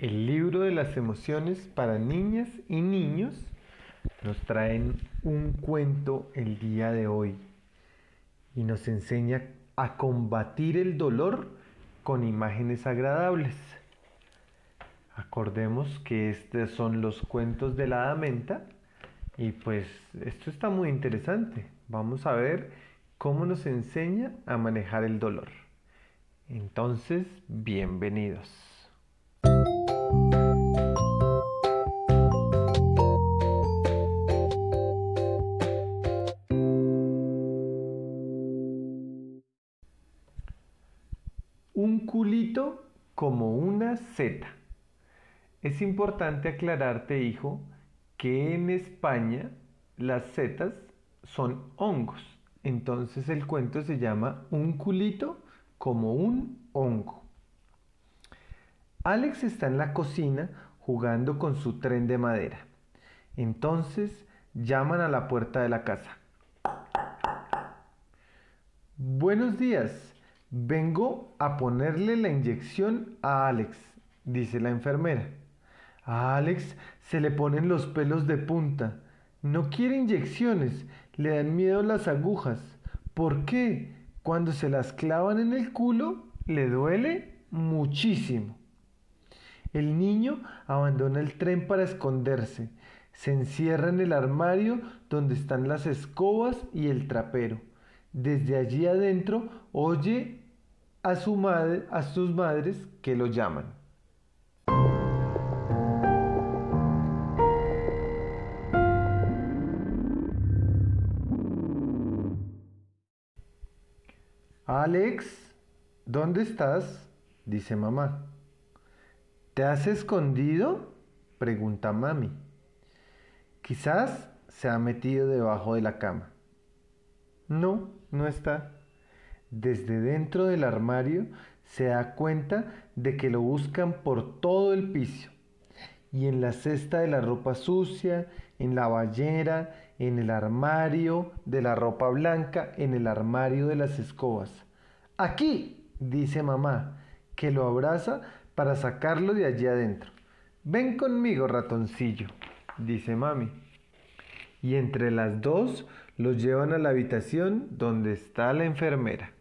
El libro de las emociones para niñas y niños nos traen un cuento el día de hoy y nos enseña a combatir el dolor con imágenes agradables. Acordemos que estos son los cuentos de la Hada Menta y pues esto está muy interesante. Vamos a ver cómo nos enseña a manejar el dolor. Entonces, bienvenidos. Un culito como una seta. Es importante aclararte, hijo, que en España las setas son hongos. Entonces el cuento se llama Un culito como un hongo. Alex está en la cocina jugando con su tren de madera. Entonces llaman a la puerta de la casa. Buenos días, vengo a ponerle la inyección a Alex, dice la enfermera. A Alex se le ponen los pelos de punta. No quiere inyecciones, le dan miedo las agujas. ¿Por qué? Cuando se las clavan en el culo, le duele muchísimo. El niño abandona el tren para esconderse. Se encierra en el armario donde están las escobas y el trapero. Desde allí adentro oye a sus madres que lo llaman. Alex, ¿dónde estás? Dice mamá. ¿Te has escondido? Pregunta mami. Quizás se ha metido debajo de la cama. No, no está. Desde dentro del armario se da cuenta de que lo buscan por todo el piso. Y en la cesta de la ropa sucia, en la bañera, en el armario de la ropa blanca, en el armario de las escobas. Aquí, dice mamá, que lo abraza para sacarlo de allí adentro. Ven conmigo, ratoncillo, dice mami. Y entre las dos lo llevan a la habitación donde está la enfermera.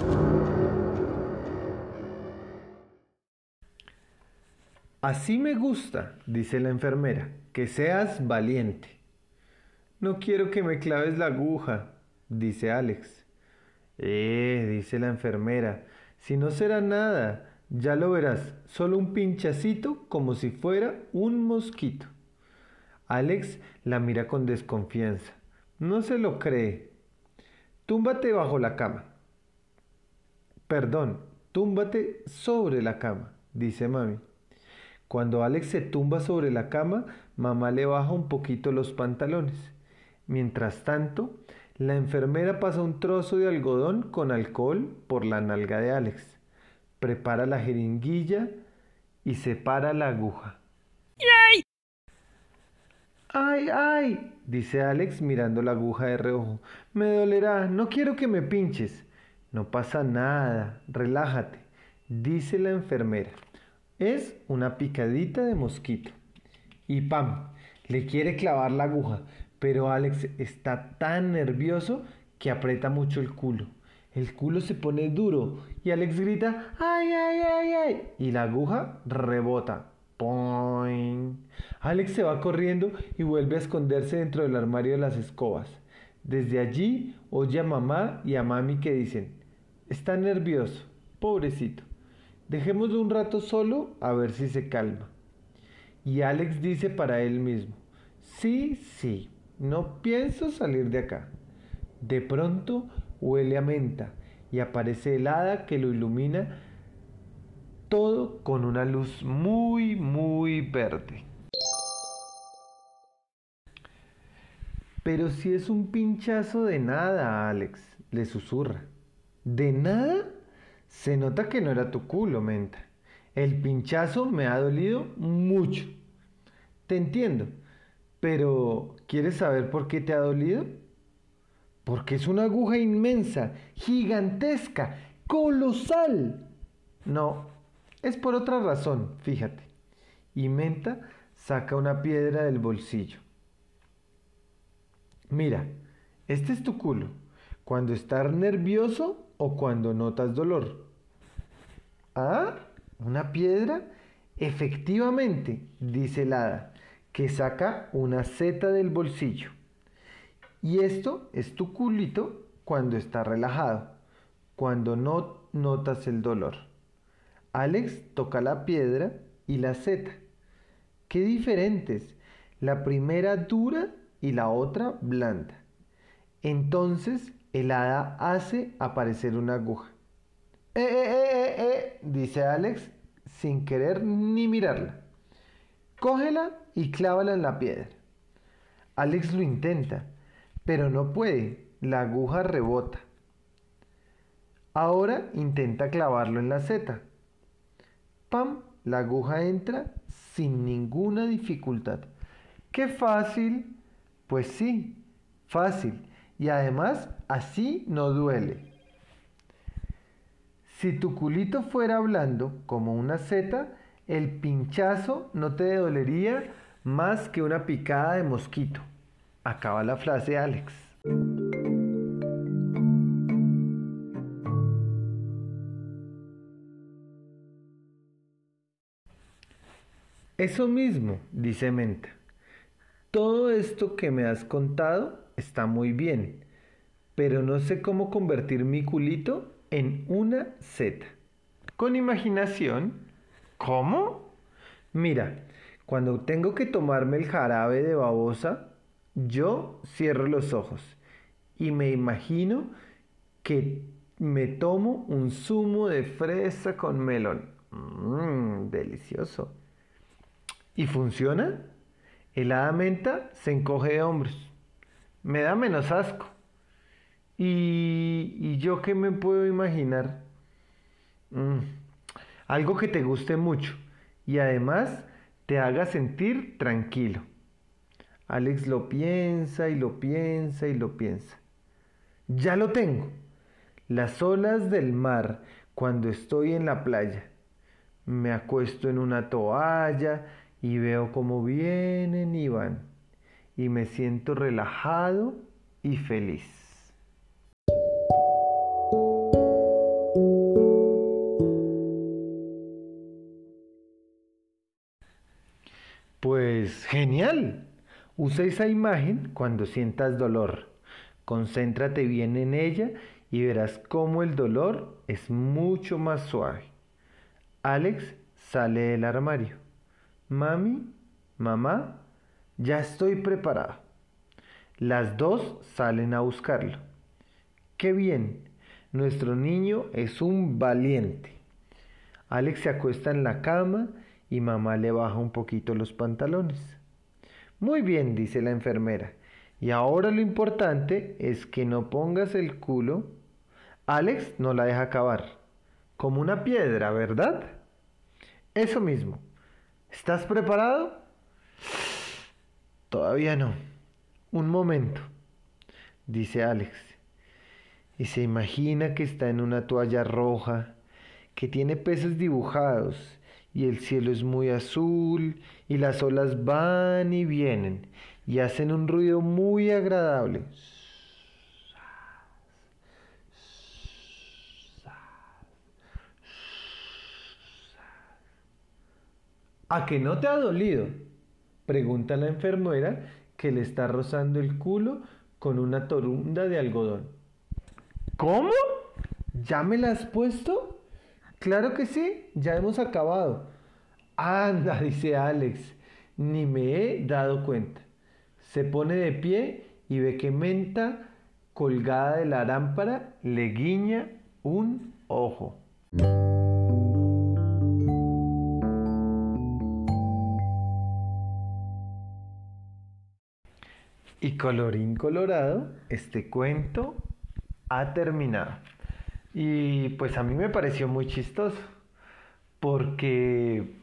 Así me gusta, dice la enfermera, que seas valiente. No quiero que me claves la aguja, dice Alex. Dice la enfermera, si no será nada, ya lo verás, solo un pinchacito como si fuera un mosquito. Alex la mira con desconfianza. No se lo cree. Túmbate bajo la cama. Perdón, túmbate sobre la cama, dice mami. Cuando Alex se tumba sobre la cama, mamá le baja un poquito los pantalones. Mientras tanto, la enfermera pasa un trozo de algodón con alcohol por la nalga de Alex. Prepara la jeringuilla y separa la aguja. ¡Yay! ¡Ay, ay! Dice Alex mirando la aguja de reojo. Me dolerá, no quiero que me pinches. No pasa nada, relájate, dice la enfermera. Es una picadita de mosquito. Y ¡pam! Le quiere clavar la aguja, pero Alex está tan nervioso que aprieta mucho el culo. El culo se pone duro y Alex grita ¡ay, ay, ay, ay! Y la aguja rebota. ¡Poing! Alex se va corriendo y vuelve a esconderse dentro del armario de las escobas. Desde allí oye a mamá y a mami que dicen: está nervioso, pobrecito. Dejémoslo un rato solo a ver si se calma. Y Alex dice para él mismo: sí, sí, no pienso salir de acá. De pronto huele a menta y aparece el hada que lo ilumina todo con una luz muy, muy verde. Pero si es un pinchazo de nada, Alex, le susurra. ¿De nada? Se nota que no era tu culo, menta. El pinchazo me ha dolido mucho. Te entiendo, pero ¿quieres saber por qué te ha dolido? Porque es una aguja inmensa, gigantesca, colosal. No, es por otra razón, fíjate. y Menta saca una piedra del bolsillo. Mira, este es tu culo, cuando estás nervioso o cuando notas dolor. ¿Ah? ¿Una piedra? Efectivamente, dice el hada, que saca una seta del bolsillo. Y esto es tu culito cuando está relajado, cuando no notas el dolor. Alex toca la piedra y la seta. Qué diferentes, la primera dura y la otra blanda. Entonces el hada hace aparecer una aguja. Dice Alex sin querer ni mirarla. Cógela y clávala en la piedra. Alex lo intenta, pero no puede, la aguja rebota. Ahora intenta clavarlo en la seta. ¡Pam! La aguja entra sin ninguna dificultad. ¡Qué fácil! Pues sí, fácil. Y además así no duele. Si tu culito fuera blando como una seta, el pinchazo no te dolería más que una picada de mosquito. Acaba la frase Alex. Eso mismo, dice Menta. Todo esto que me has contado está muy bien, pero no sé cómo convertir mi culito en una seta. Con imaginación, ¿cómo? Mira, cuando tengo que tomarme el jarabe de babosa, yo cierro los ojos y me imagino que me tomo un zumo de fresa con melón. Delicioso. ¿Y funciona? El hada Menta se encoge de hombros. Me da menos asco. ¿Y yo qué me puedo imaginar? Mm, Algo que te guste mucho y además te haga sentir tranquilo. Alex lo piensa y lo piensa y lo piensa. Ya lo tengo. Las olas del mar cuando estoy en la playa. Me acuesto en una toalla y veo cómo vienen y van. Y me siento relajado y feliz. Pues genial. Usa esa imagen cuando sientas dolor. Concéntrate bien en ella y verás cómo el dolor es mucho más suave. Alex sale del armario. Mami, mamá, ya estoy preparado. Las dos salen a buscarlo. ¡Qué bien! Nuestro niño es un valiente. Alex se acuesta en la cama y mamá le baja un poquito los pantalones. Muy bien, dice la enfermera. Y ahora lo importante es que no pongas el culo. Alex no la deja acabar. Como una piedra, ¿verdad? Eso mismo. ¿Estás preparado? Todavía no. Un momento, dice Alex. Y se imagina que está en una toalla roja, que tiene peces dibujados, y el cielo es muy azul, y las olas van y vienen, y hacen un ruido muy agradable. ¿A que no te ha dolido? Pregunta la enfermera que le está rozando el culo con una torunda de algodón. ¿Cómo? ¿Ya me la has puesto? Claro que sí, ya hemos acabado. Anda, dice Alex, ni me he dado cuenta. Se pone de pie y ve que Menta, colgada de la lámpara, le guiña un ojo. Y colorín colorado, este cuento ha terminado. Y pues a mí me pareció muy chistoso, porque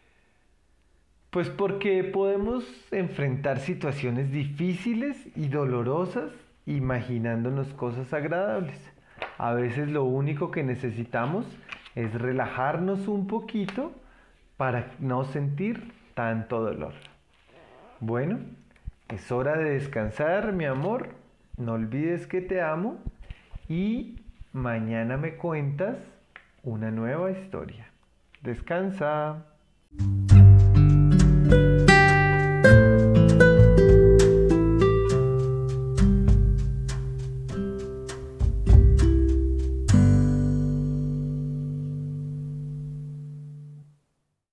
porque podemos enfrentar situaciones difíciles y dolorosas imaginándonos cosas agradables. A veces lo único que necesitamos es relajarnos un poquito para no sentir tanto dolor. Bueno, es hora de descansar, mi amor. No olvides que te amo y mañana me cuentas una nueva historia. Descansa.